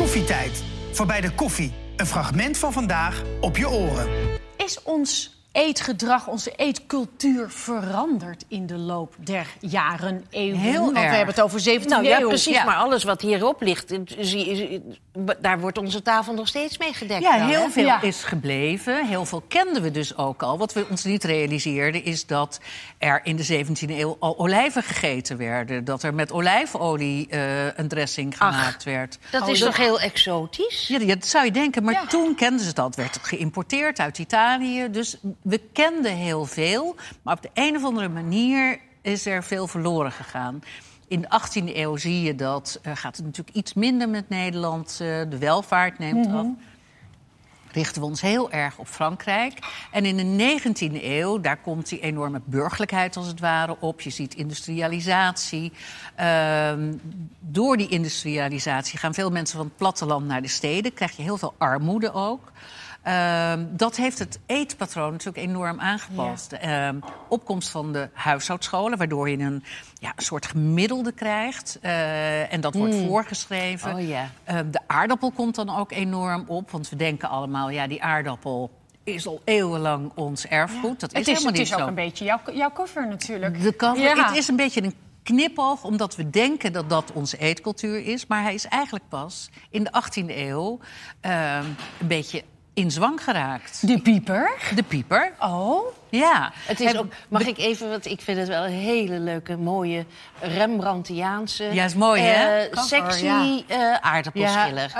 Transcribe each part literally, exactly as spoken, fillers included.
Koffietijd. Voorbij de koffie. Een fragment van vandaag op je oren. Is ons eetgedrag, onze eetcultuur veranderd in de loop der jaren, eeuwen? Heel Want erg. we hebben het over zeventiende Nou ja, eeuw. precies. Ja. Maar alles wat hierop ligt, zie- zie- daar wordt onze tafel nog steeds mee gedekt. Ja, wel, heel hè? veel Ja. is gebleven. Heel veel kenden we dus ook al. Wat we ons niet realiseerden is dat er in de zeventiende eeuw al olijven gegeten werden. Dat er met olijfolie uh, een dressing gemaakt werd. Dat Oh, is dat- toch heel exotisch? Ja, dat zou je denken, maar Ja. toen kenden ze dat. Werd het geïmporteerd uit Italië. Dus we kenden heel veel. Maar op de een of andere manier is er veel verloren gegaan. In de achttiende eeuw zie je dat uh, gaat het natuurlijk iets minder met Nederland. Uh, de welvaart neemt af. Richten we ons heel erg op Frankrijk. En in de negentiende eeuw, daar komt die enorme burgerlijkheid als het ware op. Je ziet industrialisatie. Ehm, door die industrialisatie gaan veel mensen van het platteland naar de steden. Krijg je heel veel armoede ook. Ehm, dat heeft het eetpatroon natuurlijk enorm aangepast. Ehm, opkomst van de huishoudscholen, waardoor je een, ja, een soort gemiddelde krijgt. Uh, en dat wordt voorgeschreven. Oh, ja. Ehm, de aardappel komt dan ook enorm op. Want we denken allemaal, ja, die aardappel is al eeuwenlang ons erfgoed. Dat is Het is, helemaal het niet is ook zo. een beetje jouw, jouw cover natuurlijk. De cover, Ja. Het is een beetje een knipoog, omdat we denken dat dat onze eetcultuur is. Maar hij is eigenlijk pas in de achttiende eeuw ehm, een beetje in zwang geraakt. De pieper. De pieper, Oh. ja. Het is En- ook, mag ik even, want ik vind het wel een hele leuke, mooie Rembrandtiaanse... Ja, is mooi, hè? eh, Cover, sexy ja. eh, aardappelschiller.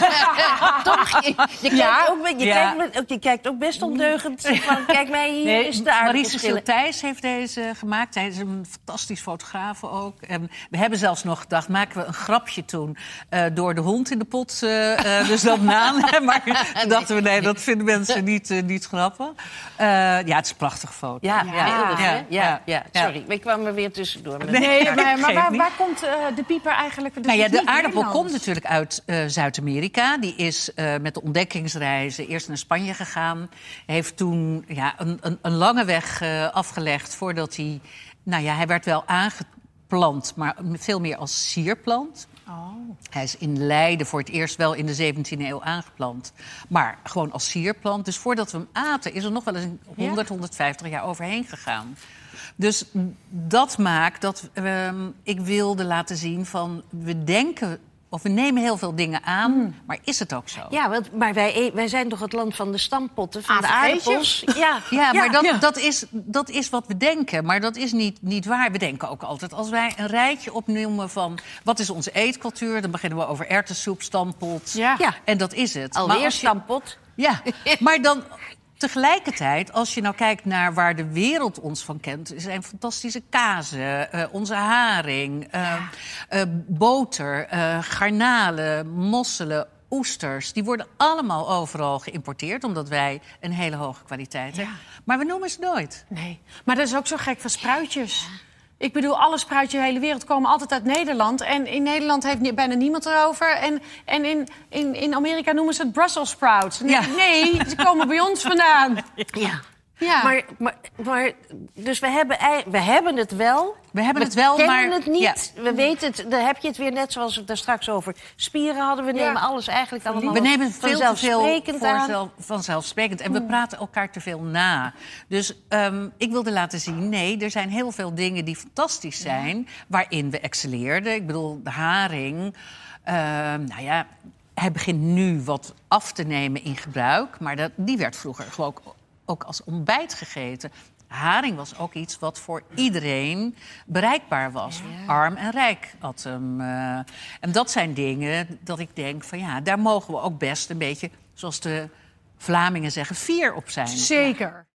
Toch? Je, je, Ja. kijkt ook, be- je, Ja. kijkt, met- ook- je kijkt ook best ondeugend. Van, kijk mij, hier Nee, is de Marie aardappelschiller. Cecile Thijs heeft deze gemaakt. Hij is een fantastisch fotograaf ook. En we hebben zelfs nog gedacht, maken we een grapje toen... Uh, door de hond in de pot, uh, uh, dus dat naam. Maar toen dachten we, nee, dat vinden mensen niet, uh, niet grappig. Uh, ja, het is een prachtige foto. Ja, Ja. beeldig, hè? Ja, Ja, ja, ja. sorry. Ik kwam er weer tussendoor. Met Nee, Ja, maar, maar geeft waar, niet. waar komt uh, de pieper eigenlijk? Dus Nou ja, het is de niet aardappel Nederlands. komt natuurlijk uit uh, Zuid-Amerika. Die is uh, met de ontdekkingsreizen eerst naar Spanje gegaan. Heeft toen ja, een, een, een lange weg uh, afgelegd voordat hij... Nou ja, hij werd wel aangeplant, maar veel meer als sierplant. Oh. Hij is in Leiden voor het eerst wel in de zeventiende eeuw aangeplant. Maar gewoon als sierplant. Dus voordat we hem aten is er nog wel eens een honderd, honderdvijftig jaar overheen gegaan. Dus dat maakt dat uh, ik wilde laten zien van... we denken, of we nemen heel veel dingen aan, Mm. maar is het ook zo? Ja, want, maar wij, wij zijn toch het land van de stampotten, van Ah, de vergeet je? aardappels? Ja, Ja, maar dat, ja. Dat, is, dat is wat we denken. Maar dat is niet, niet waar. We denken ook altijd, als wij een rijtje opnoemen van... wat is onze eetcultuur, dan beginnen we over erwtensoep, stampot. Ja. Ja. En dat is het. Maar Alweer als je- stampot. Ja, maar dan tegelijkertijd, als je nou kijkt naar waar de wereld ons van kent... er zijn fantastische kazen, uh, onze haring, uh, uh, boter, uh, garnalen, mosselen, oesters. Die worden allemaal overal geïmporteerd, omdat wij een hele hoge kwaliteit hebben. Maar we noemen ze nooit. Nee, maar dat is ook zo gek van spruitjes. Ik bedoel, alle spruitjes in de hele wereld komen altijd uit Nederland. En in Nederland heeft ni- bijna niemand erover. En, en in, in, in Amerika noemen ze het Brussels sprouts. Nee, Ja. nee, ze komen bij ons vandaan. Ja. Ja. Maar, maar, maar, dus we hebben, ei- we hebben het wel. We hebben het wel, kennen maar- het niet. ja. We weten het. Dan heb je het weer net zoals we het daar straks over spieren hadden. We Ja. nemen alles eigenlijk allemaal We nemen veel te veel vanzelfsprekend aan. voorzel- vanzelfsprekend. En we praten elkaar te veel na. Dus um, ik wilde laten zien, nee, er zijn heel veel dingen die fantastisch zijn... waarin we excelleerden. Ik bedoel, de haring. Uh, nou ja, hij begint nu wat af te nemen in gebruik. Maar dat, die werd vroeger gewoon ook, ook als ontbijt gegeten. Haring was ook iets wat voor iedereen bereikbaar was. Ja. Arm en rijk had hem. Uh, en dat zijn dingen dat ik denk van ja, daar mogen we ook best een beetje, zoals de Vlamingen zeggen, fier op zijn. Zeker.